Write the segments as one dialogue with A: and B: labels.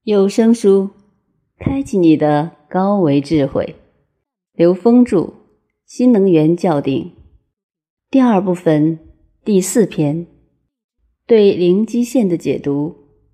A: 有声书，开启你的高维智慧。刘峰著，新能源教定。第二部分，第4篇，对零基线的解读。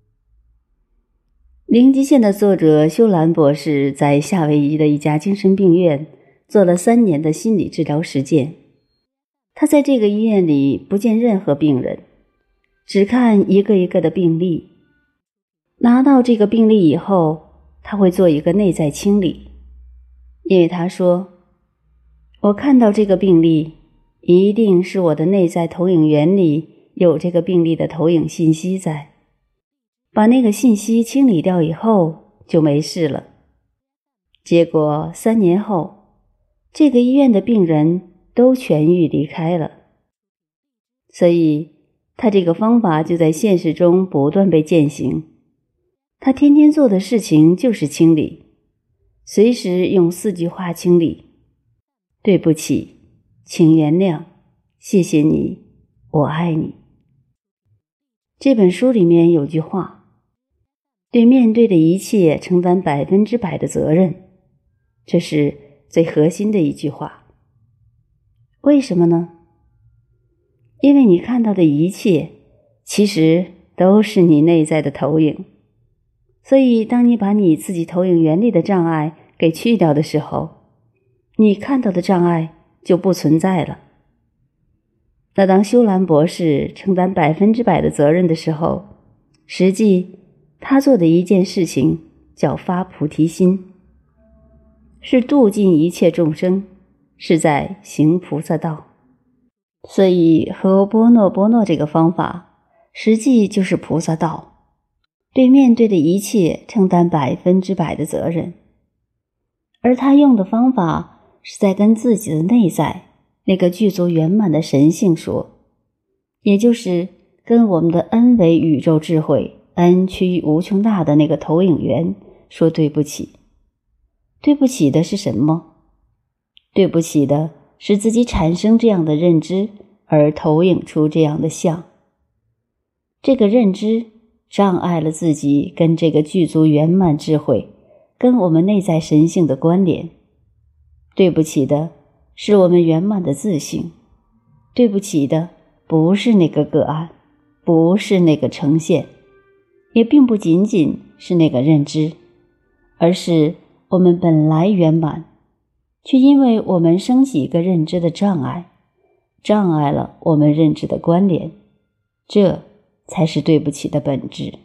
A: 零基线的作者修兰博士在夏威夷的一家精神病院做了3年的心理治疗实践。他在这个医院里不见任何病人，只看一个一个的病例。拿到这个病例以后，他会做一个内在清理。因为他说，我看到这个病例，一定是我的内在投影源里有这个病例的投影信息在。把那个信息清理掉以后，就没事了。结果3年后，这个医院的病人都痊愈离开了。所以他这个方法就在现实中不断被践行。他天天做的事情就是清理，随时用4句话清理：对不起，请原谅，谢谢你，我爱你。这本书里面有句话，对面对的一切承担100%的责任，这是最核心的一句话。为什么呢？因为你看到的一切其实都是你内在的投影。所以当你把你自己投影源里的障碍给去掉的时候，你看到的障碍就不存在了。那当修兰博士承担100%的责任的时候，实际他做的一件事情叫发菩提心，是度尽一切众生，是在行菩萨道。所以和波诺波诺这个方法实际就是菩萨道，对面对的一切承担100%的责任。而他用的方法是在跟自己的内在那个具足圆满的神性说，也就是跟我们的 N 维宇宙智慧 N 趋于无穷大的那个投影源说对不起。对不起的是什么？对不起的是自己产生这样的认知而投影出这样的相。这个认知障碍了自己跟这个具足圆满智慧跟我们内在神性的关联。对不起的是我们圆满的自性，对不起的不是那个个案，不是那个呈现，也并不仅仅是那个认知，而是我们本来圆满，却因为我们升起一个认知的障碍，障碍了我们认知的关联，这才是对不起的本质。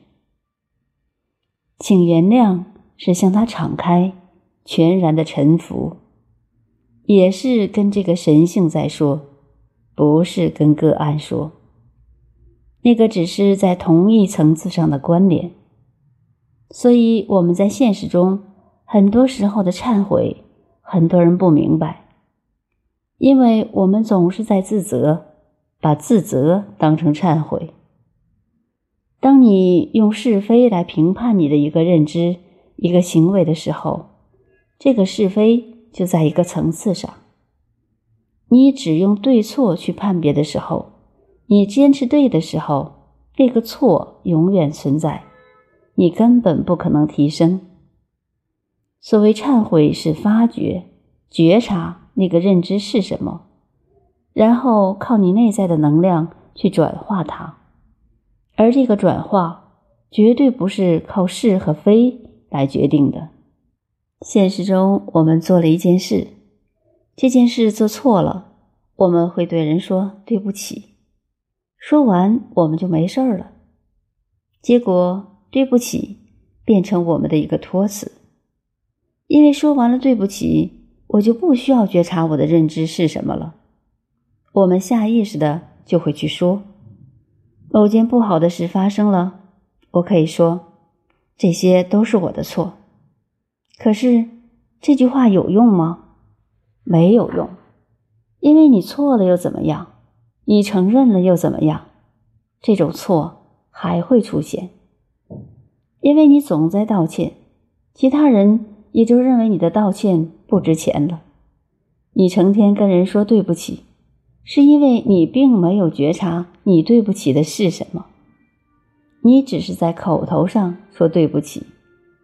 A: 请原谅是向他敞开，全然的臣服，也是跟这个神性在说，不是跟个案说。那个只是在同一层次上的关联。所以我们在现实中很多时候的忏悔，很多人不明白，因为我们总是在自责，把自责当成忏悔。当你用是非来评判你的一个认知、一个行为的时候，这个是非就在一个层次上。你只用对错去判别的时候，你坚持对的时候，那个错永远存在，你根本不可能提升。所谓忏悔是发觉、觉察那个认知是什么，然后靠你内在的能量去转化它。而这个转化绝对不是靠是和非来决定的。现实中我们做了一件事，这件事做错了，我们会对人说对不起，说完我们就没事了。结果对不起变成我们的一个托词，因为说完了对不起，我就不需要觉察我的认知是什么了，我们下意识的就会去说。某件不好的事发生了，我可以说这些都是我的错。可是这句话有用吗？没有用。因为你错了又怎么样？你承认了又怎么样？这种错还会出现。因为你总在道歉，其他人也就认为你的道歉不值钱了。你成天跟人说对不起，是因为你并没有觉察你对不起的是什么。你只是在口头上说对不起，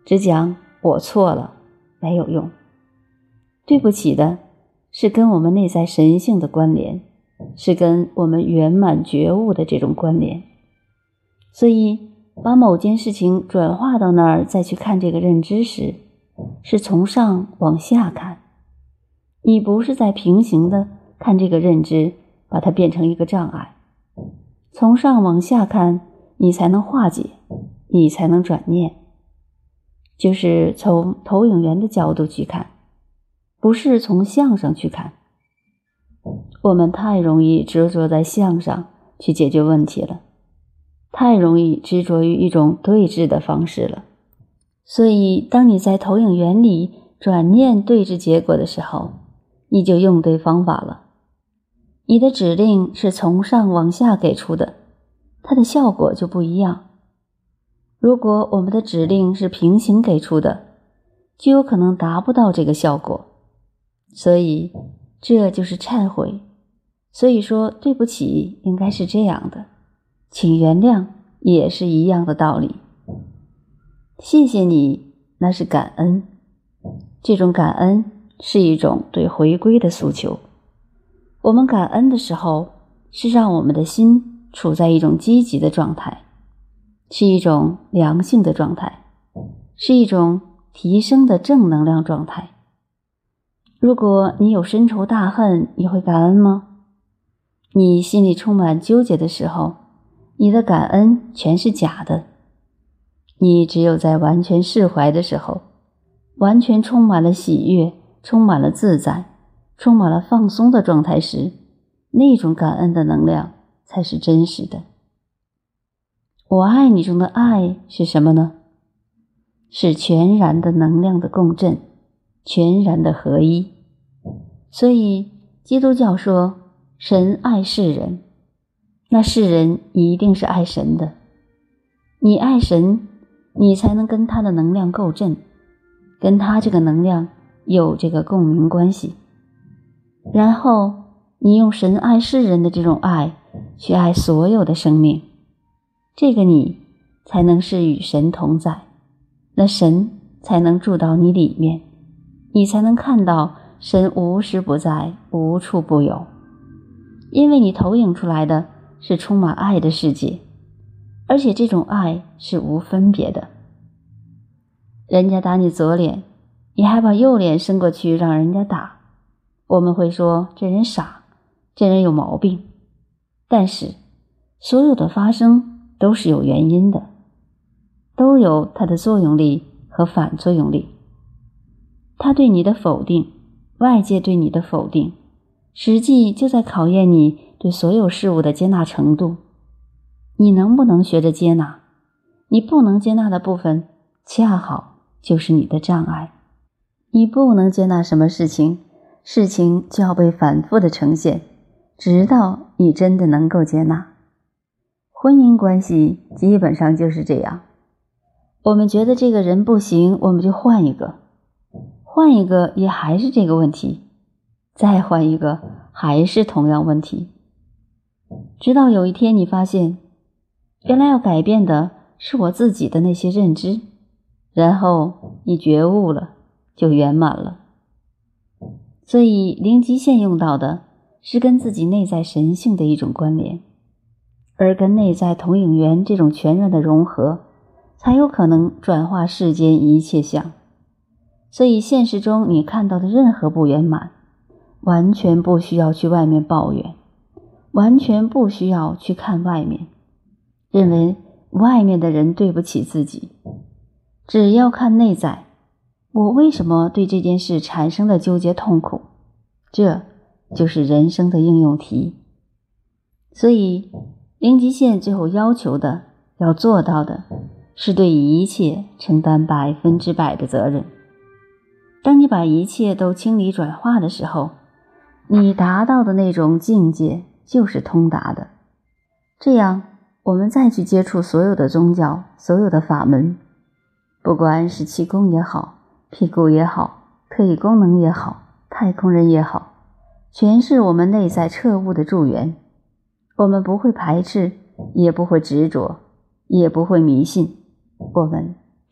A: 只讲我错了没有用。对不起的是跟我们内在神性的关联，是跟我们圆满觉悟的这种关联。所以把某件事情转化到那儿再去看这个认知时，是从上往下看。你不是在平行的看这个认知，把它变成一个障碍。从上往下看，你才能化解，你才能转念。就是从投影源的角度去看，不是从相上去看。我们太容易执着在相上去解决问题了，太容易执着于一种对峙的方式了。所以当你在投影源里转念对峙结果的时候，你就用对方法了。你的指令是从上往下给出的，它的效果就不一样。如果我们的指令是平行给出的，就有可能达不到这个效果。所以这就是忏悔。所以说对不起应该是这样的，请原谅也是一样的道理。谢谢你，那是感恩。这种感恩是一种对回归的诉求。我们感恩的时候，是让我们的心处在一种积极的状态，是一种良性的状态，是一种提升的正能量状态。如果你有深仇大恨，你会感恩吗？你心里充满纠结的时候，你的感恩全是假的。你只有在完全释怀的时候，完全充满了喜悦，充满了自在，充满了放松的状态时，那种感恩的能量才是真实的。我爱你中的爱是什么呢？是全然的能量的共振，全然的合一。所以基督教说神爱世人，那世人一定是爱神的。你爱神，你才能跟他的能量共振，跟他这个能量有这个共鸣关系。然后你用神爱世人的这种爱去爱所有的生命，这个你才能是与神同在，那神才能住到你里面，你才能看到神无时不在，无处不有。因为你投影出来的是充满爱的世界，而且这种爱是无分别的。人家打你左脸，你还把右脸伸过去让人家打，我们会说这人傻，这人有毛病。但是所有的发生都是有原因的，都有它的作用力和反作用力。他对你的否定，外界对你的否定，实际就在考验你对所有事物的接纳程度。你能不能学着接纳？你不能接纳的部分，恰好就是你的障碍。你不能接纳什么事情，事情就要被反复的呈现，直到你真的能够接纳。婚姻关系基本上就是这样，我们觉得这个人不行，我们就换一个，换一个也还是这个问题，再换一个还是同样问题。直到有一天你发现，原来要改变的是我自己的那些认知，然后你觉悟了，就圆满了。所以零极限用到的是跟自己内在神性的一种关联，而跟内在投影源这种全然的融合，才有可能转化世间一切相。所以现实中你看到的任何不圆满，完全不需要去外面抱怨，完全不需要去看外面，认为外面的人对不起自己。只要看内在，我为什么对这件事产生了纠结痛苦，这就是人生的应用题。所以零极限最后要求的，要做到的，是对一切承担100%的责任。当你把一切都清理转化的时候，你达到的那种境界就是通达的。这样我们再去接触所有的宗教，所有的法门，不管是气功也好，辟谷也好，特异功能也好，太空人也好，全是我们内在彻悟的助缘。我们不会排斥，也不会执着，也不会迷信，我们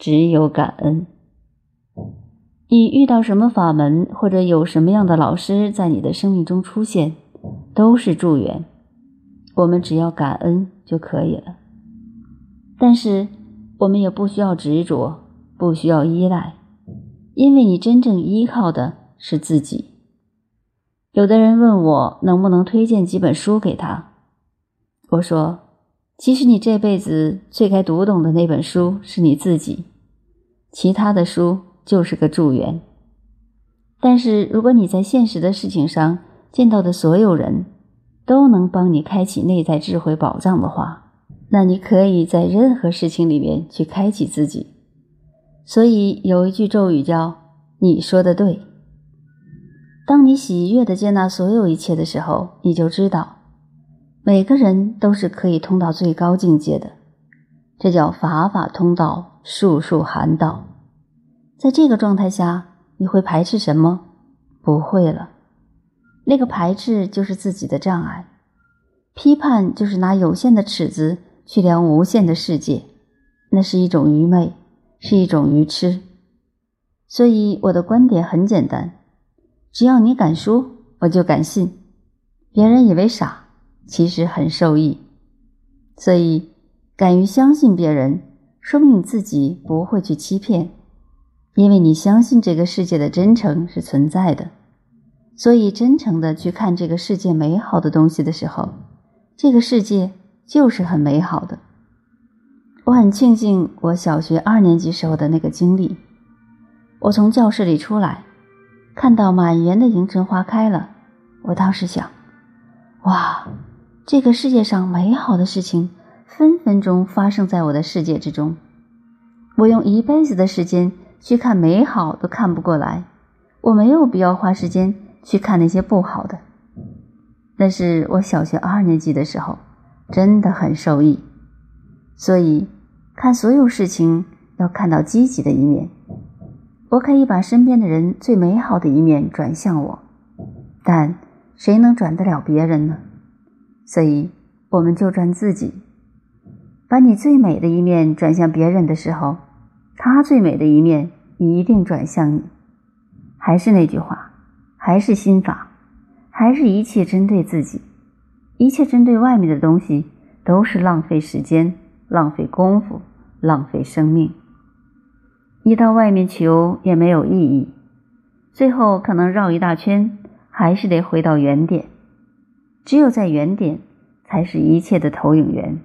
A: 只有感恩。你遇到什么法门，或者有什么样的老师在你的生命中出现，都是助缘，我们只要感恩就可以了。但是我们也不需要执着，不需要依赖，因为你真正依靠的是自己。有的人问我能不能推荐几本书给他，我说，其实你这辈子最该读懂的那本书是你自己，其他的书就是个助缘。但是如果你在现实的事情上见到的所有人都能帮你开启内在智慧宝藏的话，那你可以在任何事情里面去开启自己。所以有一句咒语叫你说的对。当你喜悦地接纳所有一切的时候，你就知道每个人都是可以通到最高境界的，这叫法法通道，术术含道。在这个状态下，你会排斥什么？不会了。那个排斥就是自己的障碍，批判就是拿有限的尺子去量无限的世界，那是一种愚昧，是一种愚痴。所以我的观点很简单，只要你敢说，我就敢信。别人以为傻，其实很受益。所以敢于相信别人，说明你自己不会去欺骗，因为你相信这个世界的真诚是存在的。所以真诚地去看这个世界美好的东西的时候，这个世界就是很美好的。我很庆幸我小学2年级时候的那个经历。我从教室里出来，看到满园的迎春花开了，我当时想，哇，这个世界上美好的事情分分钟发生在我的世界之中。我用一辈子的时间去看美好都看不过来，我没有必要花时间去看那些不好的。那是我小学2年级的时候，真的很受益。所以看所有事情要看到积极的一面。我可以把身边的人最美好的一面转向我，但谁能转得了别人呢？所以我们就转自己。把你最美的一面转向别人的时候，他最美的一面一定转向你。还是那句话，还是心法，还是一切针对自己。一切针对外面的东西都是浪费时间，浪费功夫，浪费生命。一到外面求也没有意义，最后可能绕一大圈，还是得回到原点。只有在原点，才是一切的投影源。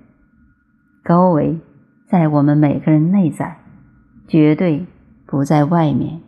A: 高维在我们每个人内在，绝对不在外面。